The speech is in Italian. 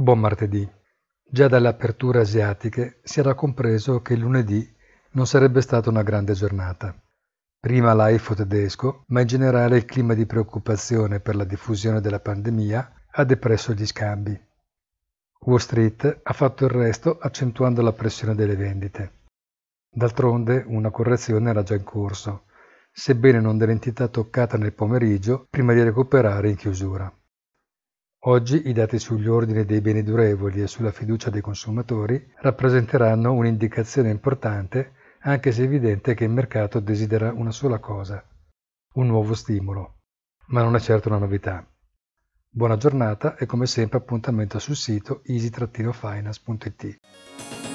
Buon martedì. Già dalle aperture asiatiche si era compreso che il lunedì non sarebbe stata una grande giornata. Prima l'AIFO tedesco, ma in generale il clima di preoccupazione per la diffusione della pandemia ha depresso gli scambi. Wall Street ha fatto il resto accentuando la pressione delle vendite. D'altronde una correzione era già in corso, sebbene non dell'entità toccata nel pomeriggio prima di recuperare in chiusura. Oggi i dati sugli ordini dei beni durevoli e sulla fiducia dei consumatori rappresenteranno un'indicazione importante, anche se è evidente che il mercato desidera una sola cosa: un nuovo stimolo. Ma non è certo una novità. Buona giornata e come sempre appuntamento sul sito easy-finance.it.